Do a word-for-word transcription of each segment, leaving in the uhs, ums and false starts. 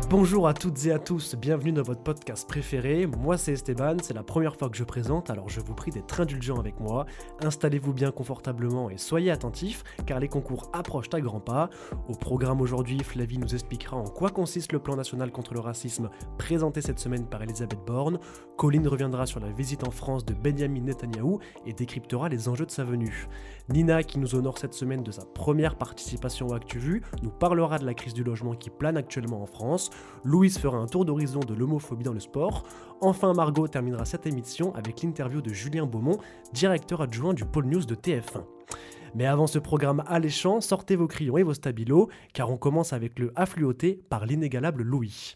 Bonjour à toutes et à tous, bienvenue dans votre podcast préféré. Moi c'est Esteban, c'est la première fois que je présente, alors je vous prie d'être indulgent avec moi. Installez-vous bien confortablement et soyez attentifs, car les concours approchent à grands pas. Au programme aujourd'hui, Flavie nous expliquera en quoi consiste le plan national contre le racisme présenté cette semaine par Elisabeth Borne. Colline reviendra sur la visite en France de Benjamin Netanyahou et décryptera les enjeux de sa venue. Nina, qui nous honore cette semaine de sa première participation au ActuVu, nous parlera de la crise du logement qui plane actuellement en France. Louise fera un tour d'horizon de l'homophobie dans le sport. Enfin, Margot terminera cette émission avec l'interview de Julien Beaumont, directeur adjoint du pôle news de T F un. Mais avant ce programme alléchant, sortez vos crayons et vos stabilos, car on commence avec le affluoté par l'inégalable Louis.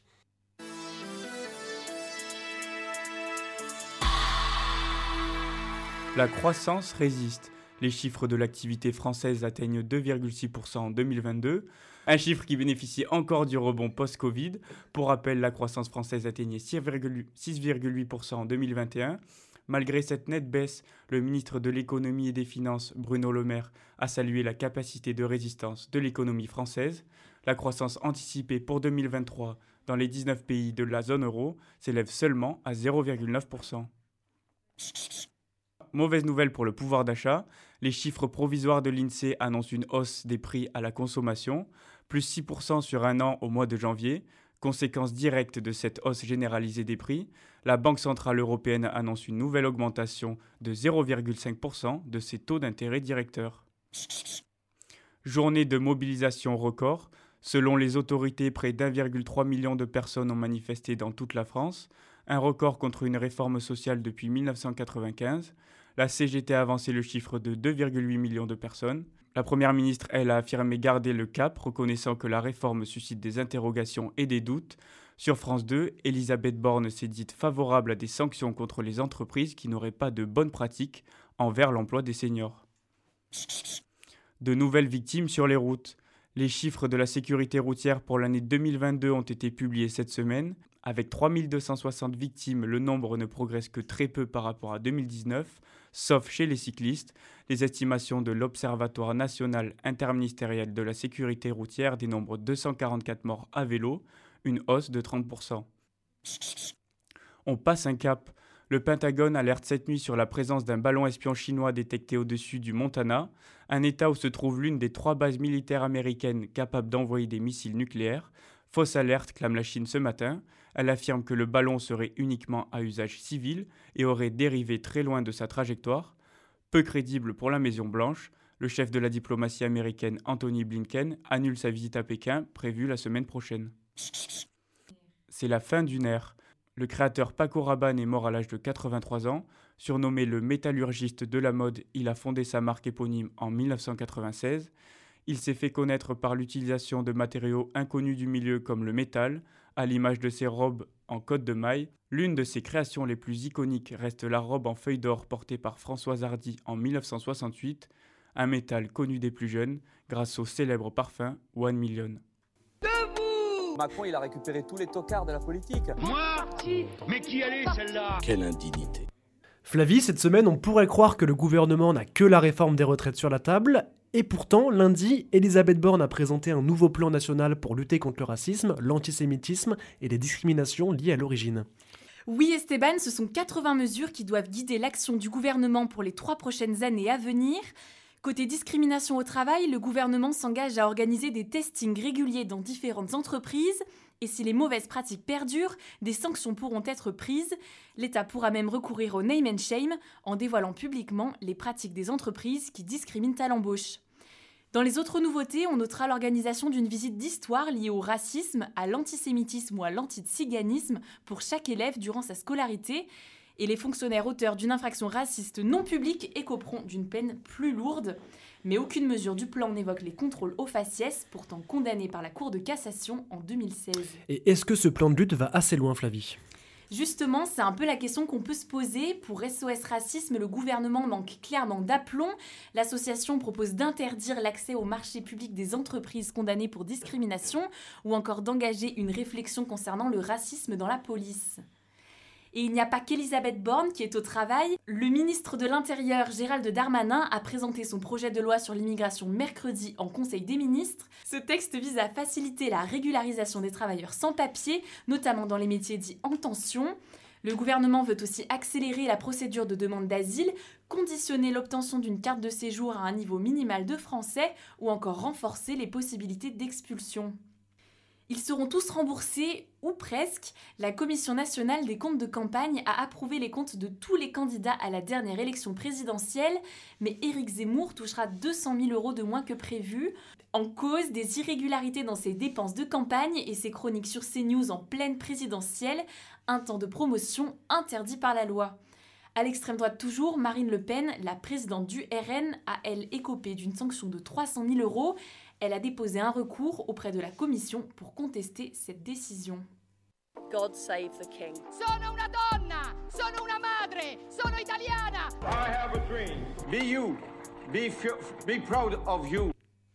La croissance résiste. Les chiffres de l'activité française atteignent deux virgule six pour cent en deux mille vingt-deux, un chiffre qui bénéficie encore du rebond post-Covid. Pour rappel, la croissance française atteignait six virgule huit pour cent en deux mille vingt et un. Malgré cette nette baisse, le ministre de l'économie et des finances, Bruno Le Maire, a salué la capacité de résistance de l'économie française. La croissance anticipée pour deux mille vingt-trois dans les dix-neuf pays de la zone euro s'élève seulement à zéro virgule neuf pour cent. Mauvaise nouvelle pour le pouvoir d'achat, les chiffres provisoires de l'INSEE annoncent une hausse des prix à la consommation, plus six pour cent sur un an au mois de janvier. Conséquence directe de cette hausse généralisée des prix, la Banque centrale européenne annonce une nouvelle augmentation de zéro virgule cinq pour cent de ses taux d'intérêt directeurs. Journée de mobilisation record. Selon les autorités, près d'un virgule trois million de personnes ont manifesté dans toute la France, un record contre une réforme sociale depuis dix-neuf cent quatre-vingt-quinze. La C G T a avancé le chiffre de deux virgule huit millions de personnes. La Première ministre, elle, a affirmé garder le cap, reconnaissant que la réforme suscite des interrogations et des doutes. Sur France deux, Elisabeth Borne s'est dite favorable à des sanctions contre les entreprises qui n'auraient pas de bonnes pratiques envers l'emploi des seniors. De nouvelles victimes sur les routes. Les chiffres de la sécurité routière pour l'année deux mille vingt-deux ont été publiés cette semaine. Avec trois mille deux cent soixante victimes, le nombre ne progresse que très peu par rapport à deux mille dix-neuf, sauf chez les cyclistes. Les estimations de l'Observatoire national interministériel de la sécurité routière dénombrent deux cent quarante-quatre morts à vélo, une hausse de trente pour cent. On passe un cap. Le Pentagone alerte cette nuit sur la présence d'un ballon espion chinois détecté au-dessus du Montana, un état où se trouve l'une des trois bases militaires américaines capables d'envoyer des missiles nucléaires. Fausse alerte, clame la Chine ce matin. Elle affirme que le ballon serait uniquement à usage civil et aurait dérivé très loin de sa trajectoire. Peu crédible pour la Maison-Blanche, le chef de la diplomatie américaine Anthony Blinken annule sa visite à Pékin, prévue la semaine prochaine. C'est la fin d'une ère. Le créateur Paco Rabanne est mort à l'âge de quatre-vingt-trois ans. Surnommé le métallurgiste de la mode, il a fondé sa marque éponyme en dix-neuf cent quatre-vingt-seize. Il s'est fait connaître par l'utilisation de matériaux inconnus du milieu comme le métal, à l'image de ses robes en côte de maille. L'une de ses créations les plus iconiques reste la robe en feuille d'or portée par Françoise Hardy en dix-neuf cent soixante-huit, un métal connu des plus jeunes grâce au célèbre parfum One Million. Debout ! Macron, il a récupéré tous les tocards de la politique. Moi ? Mais qui allait celle-là ? Quelle indignité. Flavie, cette semaine, on pourrait croire que le gouvernement n'a que la réforme des retraites sur la table. Et pourtant, lundi, Elisabeth Borne a présenté un nouveau plan national pour lutter contre le racisme, l'antisémitisme et les discriminations liées à l'origine. Oui, Esteban, ce sont quatre-vingts mesures qui doivent guider l'action du gouvernement pour les trois prochaines années à venir. Côté discrimination au travail, le gouvernement s'engage à organiser des testings réguliers dans différentes entreprises. Et si les mauvaises pratiques perdurent, des sanctions pourront être prises. L'État pourra même recourir au name and shame en dévoilant publiquement les pratiques des entreprises qui discriminent à l'embauche. Dans les autres nouveautés, on notera l'organisation d'une visite d'histoire liée au racisme, à l'antisémitisme ou à l'antitsiganisme pour chaque élève durant sa scolarité. Et les fonctionnaires auteurs d'une infraction raciste non publique écoperont d'une peine plus lourde. Mais aucune mesure du plan n'évoque les contrôles au faciès, pourtant condamnés par la Cour de cassation en deux mille seize. Et est-ce que ce plan de lutte va assez loin, Flavie ? Justement, c'est un peu la question qu'on peut se poser. Pour S O S Racisme, le gouvernement manque clairement d'aplomb. L'association propose d'interdire l'accès au marché public des entreprises condamnées pour discrimination ou encore d'engager une réflexion concernant le racisme dans la police. Et il n'y a pas qu'Elisabeth Borne qui est au travail. Le ministre de l'Intérieur, Gérald Darmanin, a présenté son projet de loi sur l'immigration mercredi en Conseil des ministres. Ce texte vise à faciliter la régularisation des travailleurs sans papier, notamment dans les métiers dits en tension. Le gouvernement veut aussi accélérer la procédure de demande d'asile, conditionner l'obtention d'une carte de séjour à un niveau minimal de français ou encore renforcer les possibilités d'expulsion. Ils seront tous remboursés, ou presque. La Commission nationale des comptes de campagne a approuvé les comptes de tous les candidats à la dernière élection présidentielle, mais Éric Zemmour touchera deux cent mille euros de moins que prévu, en cause des irrégularités dans ses dépenses de campagne et ses chroniques sur CNews en pleine présidentielle, un temps de promotion interdit par la loi. À l'extrême droite toujours, Marine Le Pen, la présidente du R N, a elle écopé d'une sanction de trois cent mille euros. Elle a déposé un recours auprès de la commission pour contester cette décision. God save the king. Sono una donna, sono una madre, sono italiana. I have a dream. Be you. Be, f- be proud of you.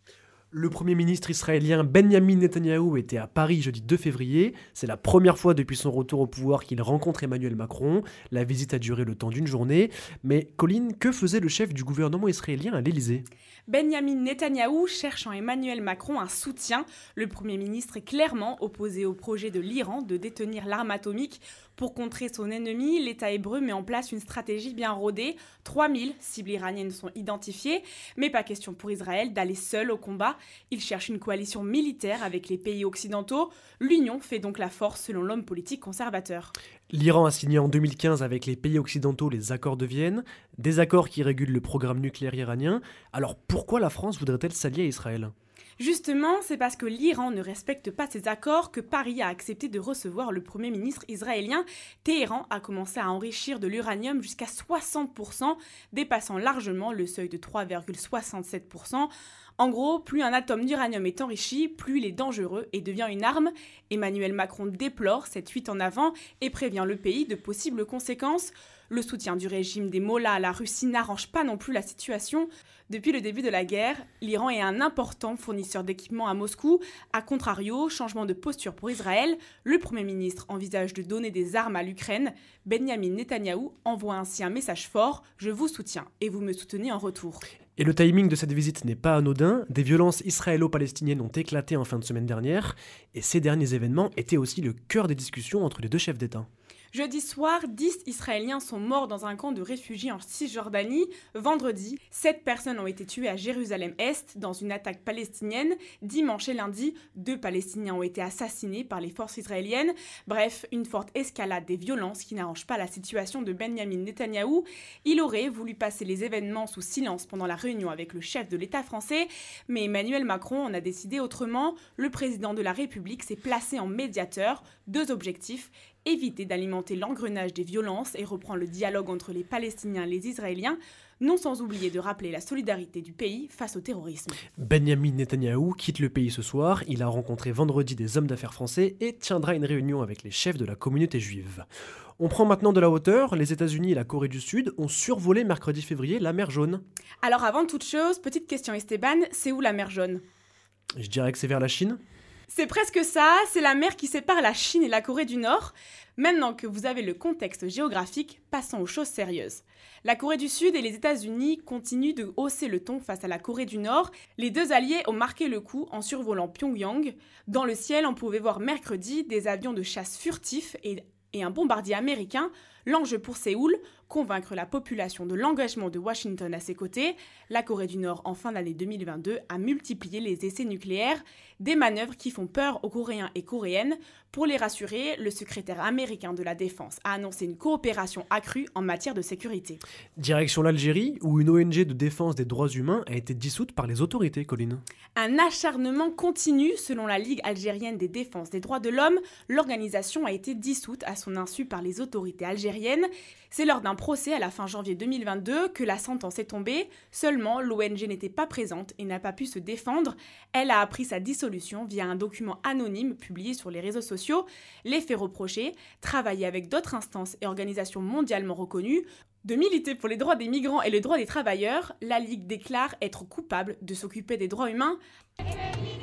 Le Premier ministre israélien Benjamin Netanyahou était à Paris jeudi deux février. C'est la première fois depuis son retour au pouvoir qu'il rencontre Emmanuel Macron. La visite a duré le temps d'une journée. Mais Colline, que faisait le chef du gouvernement israélien à l'Élysée ? Benjamin Netanyahou cherche en Emmanuel Macron un soutien. Le Premier ministre est clairement opposé au projet de l'Iran de détenir l'arme atomique. Pour contrer son ennemi, l'État hébreu met en place une stratégie bien rodée. trois mille cibles iraniennes sont identifiées, mais pas question pour Israël d'aller seul au combat. Il cherche une coalition militaire avec les pays occidentaux. L'Union fait donc la force selon l'homme politique conservateur. L'Iran a signé en deux mille quinze avec les pays occidentaux les accords de Vienne, des accords qui régulent le programme nucléaire iranien. Alors pourquoi la France voudrait-elle s'allier à Israël ? Justement, c'est parce que l'Iran ne respecte pas ces accords que Paris a accepté de recevoir le Premier ministre israélien. Téhéran a commencé à enrichir de l'uranium jusqu'à soixante pour cent, dépassant largement le seuil de trois virgule soixante-sept pour cent. En gros, plus un atome d'uranium est enrichi, plus il est dangereux et devient une arme. Emmanuel Macron déplore cette fuite en avant et prévient le pays de possibles conséquences. Le soutien du régime des mollahs à la Russie n'arrange pas non plus la situation. Depuis le début de la guerre, l'Iran est un important fournisseur d'équipements à Moscou. A contrario, changement de posture pour Israël, le Premier ministre envisage de donner des armes à l'Ukraine. Benjamin Netanyahou envoie ainsi un message fort « Je vous soutiens et vous me soutenez en retour ». Et le timing de cette visite n'est pas anodin. Des violences israélo-palestiniennes ont éclaté en fin de semaine dernière. Et ces derniers événements étaient aussi le cœur des discussions entre les deux chefs d'État. Jeudi soir, dix Israéliens sont morts dans un camp de réfugiés en Cisjordanie. Vendredi, sept personnes ont été tuées à Jérusalem-Est dans une attaque palestinienne. Dimanche et lundi, deux Palestiniens ont été assassinés par les forces israéliennes. Bref, une forte escalade des violences qui n'arrange pas la situation de Benjamin Netanyahou. Il aurait voulu passer les événements sous silence pendant la réunion avec le chef de l'État français, mais Emmanuel Macron en a décidé autrement. Le président de la République s'est placé en médiateur. Deux objectifs: éviter d'alimenter l'engrenage des violences et reprendre le dialogue entre les Palestiniens et les Israéliens, non sans oublier de rappeler la solidarité du pays face au terrorisme. Benjamin Netanyahou quitte le pays ce soir. Il a rencontré vendredi des hommes d'affaires français et tiendra une réunion avec les chefs de la communauté juive. On prend maintenant de la hauteur. Les États-Unis et la Corée du Sud ont survolé mercredi février la mer Jaune. Alors avant toute chose, petite question Esteban, c'est où la mer Jaune ? Je dirais que c'est vers la Chine. C'est presque ça, c'est la mer qui sépare la Chine et la Corée du Nord. Maintenant que vous avez le contexte géographique, passons aux choses sérieuses. La Corée du Sud et les États-Unis continuent de hausser le ton face à la Corée du Nord. Les deux alliés ont marqué le coup en survolant Pyongyang. Dans le ciel, on pouvait voir mercredi des avions de chasse furtifs et, et un bombardier américain. L'enjeu pour Séoul, convaincre la population de l'engagement de Washington à ses côtés. La Corée du Nord, en fin d'année deux mille vingt-deux, a multiplié les essais nucléaires, des manœuvres qui font peur aux Coréens et Coréennes. Pour les rassurer, le secrétaire américain de la Défense a annoncé une coopération accrue en matière de sécurité. Direction l'Algérie, où une O N G de défense des droits humains a été dissoute par les autorités, Colline. Un acharnement continue, selon la Ligue algérienne des défenses des droits de l'homme. L'organisation a été dissoute à son insu par les autorités algériennes. C'est lors d'un procès à la fin janvier deux mille vingt-deux que la sentence est tombée. Seulement, l'O N G n'était pas présente et n'a pas pu se défendre. Elle a appris sa dissolution via un document anonyme publié sur les réseaux sociaux. Les faits reprochés: travailler avec d'autres instances et organisations mondialement reconnues, de militer pour les droits des migrants et les droits des travailleurs. La Ligue déclare être coupable de s'occuper des droits humains.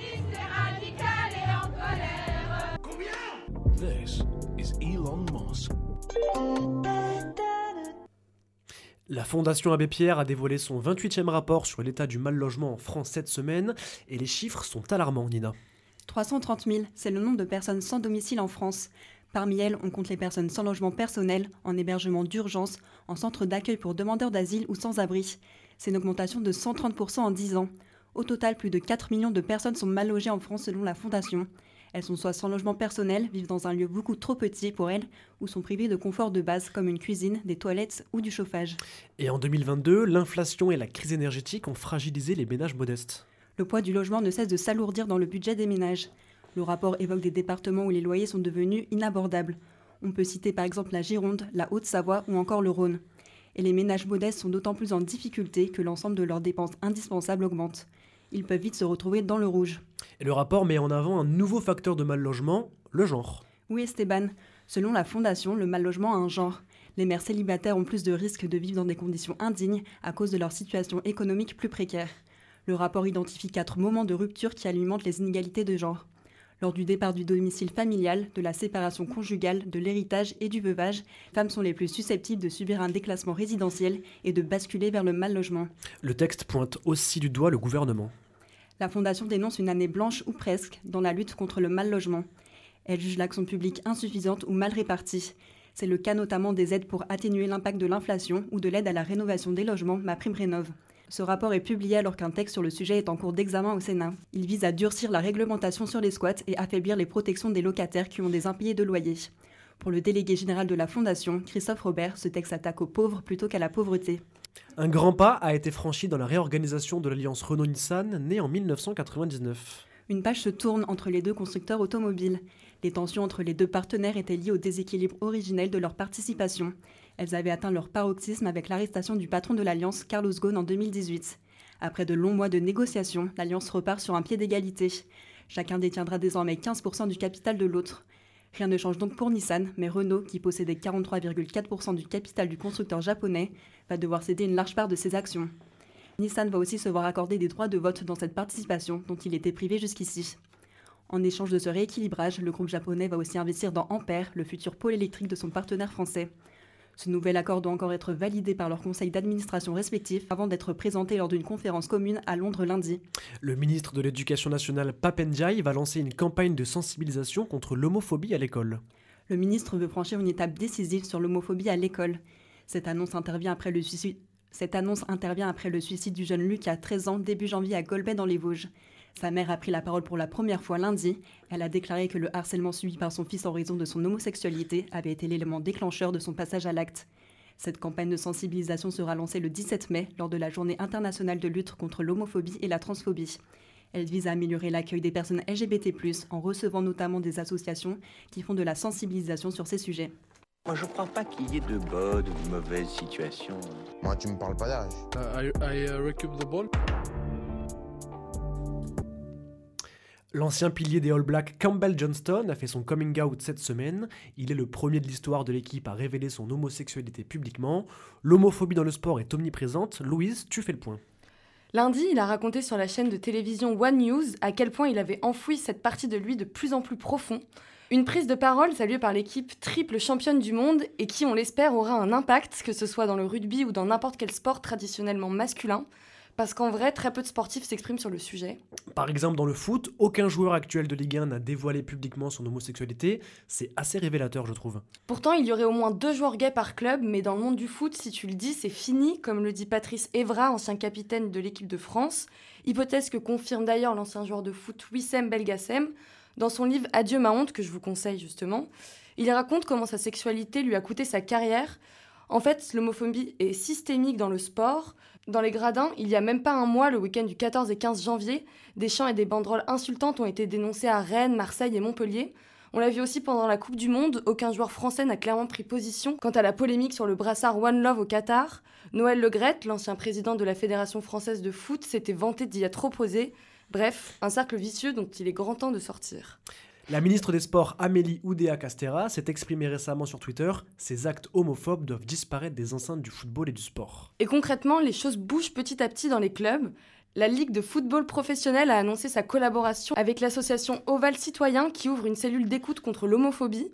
This is Elon Musk. La Fondation Abbé Pierre a dévoilé son vingt-huitième rapport sur l'état du mal-logement en France cette semaine, et les chiffres sont alarmants, Nina. trois cent trente mille, c'est le nombre de personnes sans domicile en France. Parmi elles, on compte les personnes sans logement personnel, en hébergement d'urgence, en centre d'accueil pour demandeurs d'asile ou sans-abri. C'est une augmentation de cent trente pour cent en dix ans. Au total, plus de quatre millions de personnes sont mal logées en France selon la Fondation. Elles sont soit sans logement personnel, vivent dans un lieu beaucoup trop petit pour elles, ou sont privées de confort de base comme une cuisine, des toilettes ou du chauffage. Et en deux mille vingt-deux, l'inflation et la crise énergétique ont fragilisé les ménages modestes. Le poids du logement ne cesse de s'alourdir dans le budget des ménages. Le rapport évoque des départements où les loyers sont devenus inabordables. On peut citer par exemple la Gironde, la Haute-Savoie ou encore le Rhône. Et les ménages modestes sont d'autant plus en difficulté que l'ensemble de leurs dépenses indispensables augmente. Ils peuvent vite se retrouver dans le rouge. Et le rapport met en avant un nouveau facteur de mal-logement, le genre. Oui, Esteban. Selon la Fondation, le mal-logement a un genre. Les mères célibataires ont plus de risques de vivre dans des conditions indignes à cause de leur situation économique plus précaire. Le rapport identifie quatre moments de rupture qui alimentent les inégalités de genre. Lors du départ du domicile familial, de la séparation conjugale, de l'héritage et du veuvage, les femmes sont les plus susceptibles de subir un déclassement résidentiel et de basculer vers le mal-logement. Le texte pointe aussi du doigt le gouvernement. La Fondation dénonce une année blanche ou presque dans la lutte contre le mal-logement. Elle juge l'action publique insuffisante ou mal répartie. C'est le cas notamment des aides pour atténuer l'impact de l'inflation ou de l'aide à la rénovation des logements MaPrimeRénov'. Ce rapport est publié alors qu'un texte sur le sujet est en cours d'examen au Sénat. Il vise à durcir la réglementation sur les squats et affaiblir les protections des locataires qui ont des impayés de loyer. Pour le délégué général de la Fondation, Christophe Robert, ce texte s'attaque aux pauvres plutôt qu'à la pauvreté. Un grand pas a été franchi dans la réorganisation de l'alliance Renault-Nissan, née en mille neuf cent quatre-vingt-dix-neuf. Une page se tourne entre les deux constructeurs automobiles. Les tensions entre les deux partenaires étaient liées au déséquilibre originel de leur participation. Elles avaient atteint leur paroxysme avec l'arrestation du patron de l'Alliance, Carlos Ghosn, en deux mille dix-huit. Après de longs mois de négociations, l'Alliance repart sur un pied d'égalité. Chacun détiendra désormais quinze pour cent du capital de l'autre. Rien ne change donc pour Nissan, mais Renault, qui possédait quarante-trois virgule quatre pour cent du capital du constructeur japonais, va devoir céder une large part de ses actions. Nissan va aussi se voir accorder des droits de vote dans cette participation dont il était privé jusqu'ici. En échange de ce rééquilibrage, le groupe japonais va aussi investir dans Ampère, le futur pôle électrique de son partenaire français. Ce nouvel accord doit encore être validé par leurs conseils d'administration respectifs avant d'être présenté lors d'une conférence commune à Londres lundi. Le ministre de l'Éducation nationale, Pap Ndiaye, va lancer une campagne de sensibilisation contre l'homophobie à l'école. Le ministre veut franchir une étape décisive sur l'homophobie à l'école. Cette annonce intervient après le suicide, Cette annonce intervient après le suicide du jeune Lucas, treize ans, début janvier à Golbey dans les Vosges. Sa mère a pris la parole pour la première fois lundi. Elle a déclaré que le harcèlement subi par son fils en raison de son homosexualité avait été l'élément déclencheur de son passage à l'acte. Cette campagne de sensibilisation sera lancée le dix-sept mai, lors de la Journée internationale de lutte contre l'homophobie et la transphobie. Elle vise à améliorer l'accueil des personnes L G B T plus, en recevant notamment des associations qui font de la sensibilisation sur ces sujets. Moi, je crois pas qu'il y ait de bonnes ou de mauvaises situations. Moi, tu me parles pas d'âge. Uh, I, I uh, recoup the ball. L'ancien pilier des All Blacks, Campbell Johnston, a fait son coming out cette semaine. Il est le premier de l'histoire de l'équipe à révéler son homosexualité publiquement. L'homophobie dans le sport est omniprésente. Louise, tu fais le point. Lundi, il a raconté sur la chaîne de télévision One News à quel point il avait enfoui cette partie de lui de plus en plus profond. Une prise de parole saluée par l'équipe triple championne du monde et qui, on l'espère, aura un impact, que ce soit dans le rugby ou dans n'importe quel sport traditionnellement masculin. Parce qu'en vrai, très peu de sportifs s'expriment sur le sujet. Par exemple, dans le foot, aucun joueur actuel de Ligue un n'a dévoilé publiquement son homosexualité. C'est assez révélateur, je trouve. Pourtant, il y aurait au moins deux joueurs gays par club, mais dans le monde du foot, si tu le dis, c'est fini, comme le dit Patrice Evra, ancien capitaine de l'équipe de France. Hypothèse que confirme d'ailleurs l'ancien joueur de foot Wissem Belgassem dans son livre Adieu ma honte, que je vous conseille justement. Il raconte comment sa sexualité lui a coûté sa carrière. En fait, l'homophobie est systémique dans le sport. Dans les gradins, il n'y a même pas un mois, le week-end du quatorze et quinze janvier, des chants et des banderoles insultantes ont été dénoncés à Rennes, Marseille et Montpellier. On l'a vu aussi pendant la Coupe du Monde, aucun joueur français n'a clairement pris position quant à la polémique sur le brassard One Love au Qatar. Noël Le Graët, l'ancien président de la Fédération française de foot, s'était vanté d'y être opposé. Bref, un cercle vicieux dont il est grand temps de sortir. La ministre des Sports Amélie Oudéa-Castéra s'est exprimée récemment sur Twitter. Ces actes homophobes doivent disparaître des enceintes du football et du sport. Et concrètement, les choses bougent petit à petit dans les clubs. La Ligue de football professionnel a annoncé sa collaboration avec l'association Oval Citoyen qui ouvre une cellule d'écoute contre l'homophobie.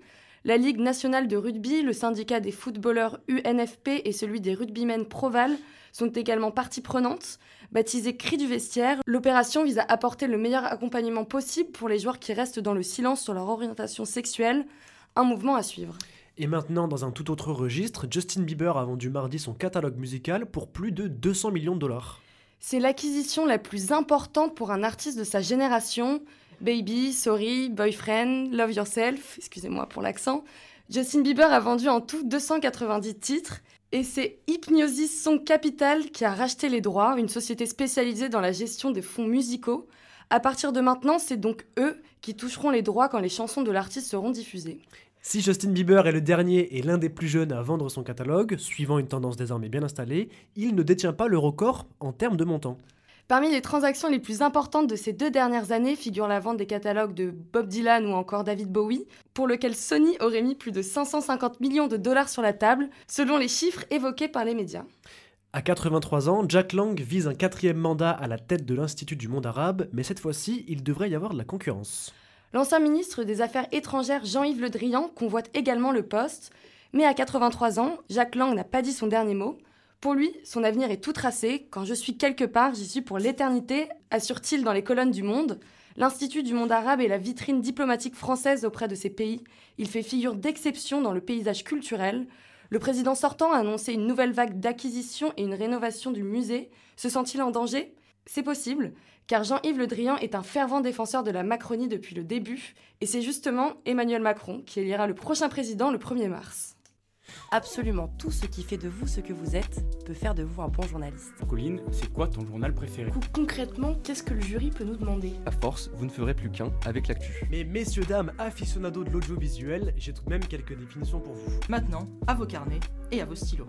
La Ligue nationale de rugby, le syndicat des footballeurs U N F P et celui des rugbymen Proval sont également partie prenante. Baptisée Cri du vestiaire, l'opération vise à apporter le meilleur accompagnement possible pour les joueurs qui restent dans le silence sur leur orientation sexuelle. Un mouvement à suivre. Et maintenant, dans un tout autre registre, Justin Bieber a vendu mardi son catalogue musical pour plus de deux cents millions de dollars. C'est l'acquisition la plus importante pour un artiste de sa génération. Baby, Sorry, Boyfriend, Love Yourself, excusez-moi pour l'accent. Justin Bieber a vendu en tout deux cent quatre-vingt-dix titres. Et c'est Hypnosis Song Capital qui a racheté les droits, une société spécialisée dans la gestion des fonds musicaux. À partir de maintenant, c'est donc eux qui toucheront les droits quand les chansons de l'artiste seront diffusées. Si Justin Bieber est le dernier et l'un des plus jeunes à vendre son catalogue, suivant une tendance désormais bien installée, il ne détient pas le record en termes de montant. Parmi les transactions les plus importantes de ces deux dernières années figure la vente des catalogues de Bob Dylan ou encore David Bowie, pour lequel Sony aurait mis plus de cinq cent cinquante millions de dollars sur la table, selon les chiffres évoqués par les médias. À quatre-vingt-trois ans, Jack Lang vise un quatrième mandat à la tête de l'Institut du monde arabe, mais cette fois-ci, il devrait y avoir de la concurrence. L'ancien ministre des Affaires étrangères Jean-Yves Le Drian convoite également le poste, mais à quatre-vingt-trois ans, Jack Lang n'a pas dit son dernier mot. Pour lui, son avenir est tout tracé. Quand je suis quelque part, j'y suis pour l'éternité, assure-t-il dans les colonnes du Monde. L'Institut du monde arabe est la vitrine diplomatique française auprès de ces pays. Il fait figure d'exception dans le paysage culturel. Le président sortant a annoncé une nouvelle vague d'acquisition et une rénovation du musée. Se sent-il en danger ? C'est possible, car Jean-Yves Le Drian est un fervent défenseur de la Macronie depuis le début. Et c'est justement Emmanuel Macron qui élira le prochain président le premier mars. Absolument tout ce qui fait de vous ce que vous êtes peut faire de vous un bon journaliste. Colline, c'est quoi ton journal préféré ? Concrètement, qu'est-ce que le jury peut nous demander ? À force, vous ne ferez plus qu'un avec l'actu. Mais messieurs, dames, aficionados de l'audiovisuel, j'ai tout de même quelques définitions pour vous. Maintenant, à vos carnets et à vos stylos.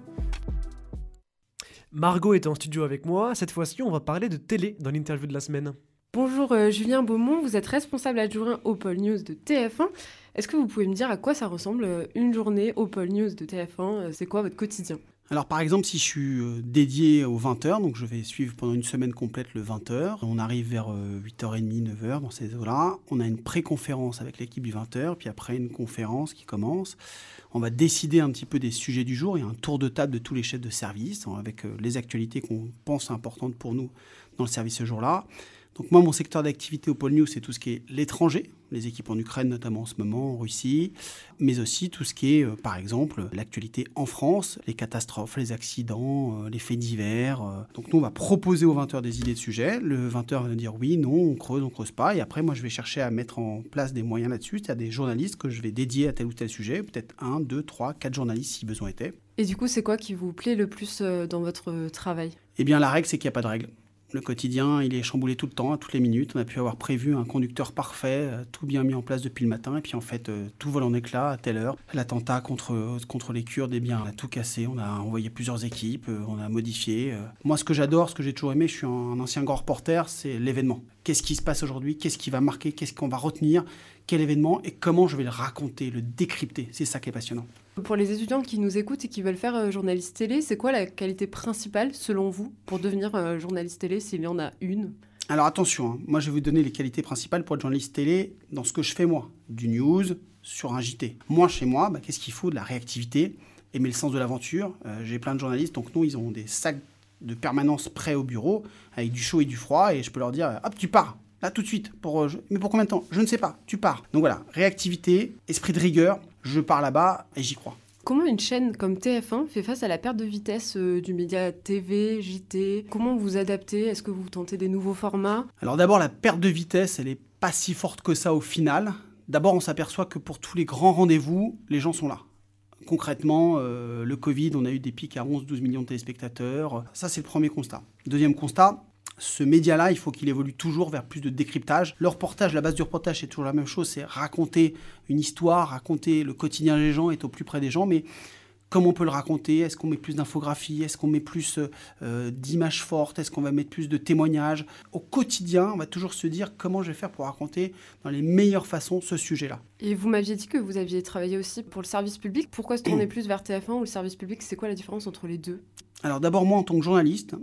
Margot est en studio avec moi. Cette fois-ci, on va parler de télé dans l'interview de la semaine. Bonjour euh, Julien Beaumont, vous êtes responsable adjoint au pôle news de T F un. Est-ce que vous pouvez me dire à quoi ça ressemble euh, une journée au pôle news de T F un ? C'est quoi votre quotidien ? Alors par exemple, si je suis euh, dédié aux vingt heures, donc je vais suivre pendant une semaine complète le vingt heures, on arrive vers euh, huit heures trente, neuf heures dans ces eaux-là, on a une pré-conférence avec l'équipe du vingt heures, puis après une conférence qui commence. On va décider un petit peu des sujets du jour, il y a un tour de table de tous les chefs de service, avec euh, les actualités qu'on pense importantes pour nous dans le service ce jour-là. Donc moi, mon secteur d'activité au pôle News, c'est tout ce qui est l'étranger, les équipes en Ukraine notamment en ce moment, en Russie, mais aussi tout ce qui est, euh, par exemple, l'actualité en France, les catastrophes, les accidents, euh, les faits divers. Euh. Donc nous, on va proposer aux vingt heures des idées de sujets. Le vingt heures va nous dire oui, non, on creuse, on creuse pas. Et après, moi, je vais chercher à mettre en place des moyens là-dessus. C'est-à-dire des journalistes que je vais dédier à tel ou tel sujet, peut-être un, deux, trois, quatre journalistes si besoin était. Et du coup, c'est quoi qui vous plaît le plus euh, dans votre euh, travail ? Eh bien, la règle, c'est qu'il n'y a pas de règle. Le quotidien, il est chamboulé tout le temps, à toutes les minutes. On a pu avoir prévu un conducteur parfait, tout bien mis en place depuis le matin. Et puis en fait, tout vole en éclats à telle heure. L'attentat contre, contre les Kurdes, eh bien, on a tout cassé. On a envoyé plusieurs équipes, on a modifié. Moi, ce que j'adore, ce que j'ai toujours aimé, je suis un ancien grand reporter, c'est l'événement. Qu'est-ce qui se passe aujourd'hui ? Qu'est-ce qui va marquer ? Qu'est-ce qu'on va retenir ? Quel événement ? Et comment je vais le raconter, le décrypter ? C'est ça qui est passionnant. Pour les étudiants qui nous écoutent et qui veulent faire euh, journaliste télé, c'est quoi la qualité principale, selon vous, pour devenir euh, journaliste télé, s'il y en a une ? Alors attention, hein, moi je vais vous donner les qualités principales pour être journaliste télé dans ce que je fais moi. Du news, sur un J T. Moi, chez moi, bah, qu'est-ce qu'il faut ? De la réactivité, aimer le sens de l'aventure. Euh, j'ai plein de journalistes, donc nous, ils ont des sacs de permanence prêts au bureau, avec du chaud et du froid, et je peux leur dire, hop, tu pars là tout de suite. Pour, euh, mais pour combien de temps ? Je ne sais pas, tu pars. Donc voilà, réactivité, esprit de rigueur, je pars là-bas et j'y crois. Comment une chaîne comme T F un fait face à la perte de vitesse euh, du média T V, J T ? Comment vous adaptez ? Est-ce que vous tentez des nouveaux formats ? Alors d'abord, la perte de vitesse, elle n'est pas si forte que ça au final. D'abord, on s'aperçoit que pour tous les grands rendez-vous, les gens sont là. Concrètement, euh, le Covid, on a eu des pics à onze à douze millions de téléspectateurs. Ça, c'est le premier constat. Deuxième constat, ce média-là, il faut qu'il évolue toujours vers plus de décryptage. Le reportage, la base du reportage, c'est toujours la même chose, c'est raconter une histoire, raconter le quotidien des gens, être au plus près des gens, mais comment on peut le raconter ? Est-ce qu'on met plus d'infographie ? Est-ce qu'on met plus euh, d'images fortes ? Est-ce qu'on va mettre plus de témoignages ? Au quotidien, on va toujours se dire comment je vais faire pour raconter dans les meilleures façons ce sujet-là. Et vous m'aviez dit que vous aviez travaillé aussi pour le service public. Pourquoi se tourner plus vers T F un ou le service public ? C'est quoi la différence entre les deux ? Alors d'abord, moi, en tant que journaliste,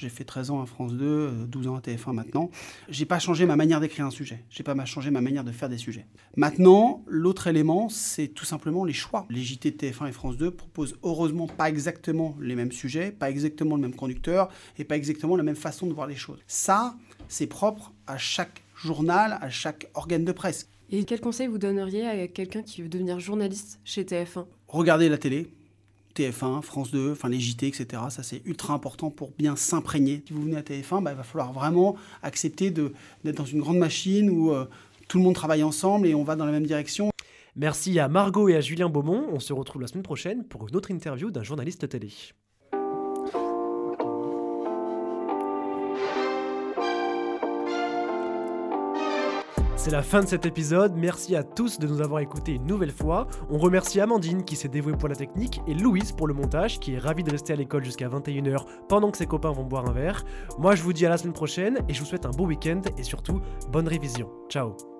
J'ai fait treize ans à France deux, douze ans à T F un maintenant. J'ai pas changé ma manière d'écrire un sujet. J'ai pas changé ma manière de faire des sujets. Maintenant, l'autre élément, c'est tout simplement les choix. Les J T de T F un et France deux proposent heureusement pas exactement les mêmes sujets, pas exactement le même conducteur et pas exactement la même façon de voir les choses. Ça, c'est propre à chaque journal, à chaque organe de presse. Et quel conseil vous donneriez à quelqu'un qui veut devenir journaliste chez T F un ? Regardez la télé, T F un, France deux, enfin les J T, et cetera. Ça, c'est ultra important pour bien s'imprégner. Si vous venez à T F un, bah, il va falloir vraiment accepter de, d'être dans une grande machine où euh, tout le monde travaille ensemble et on va dans la même direction. Merci à Margot et à Julien Beaumont. On se retrouve la semaine prochaine pour une autre interview d'un journaliste télé. C'est la fin de cet épisode, merci à tous de nous avoir écoutés une nouvelle fois. On remercie Amandine qui s'est dévouée pour la technique et Louise pour le montage qui est ravie de rester à l'école jusqu'à vingt et une heures pendant que ses copains vont boire un verre. Moi je vous dis à la semaine prochaine et je vous souhaite un bon week-end et surtout bonne révision. Ciao.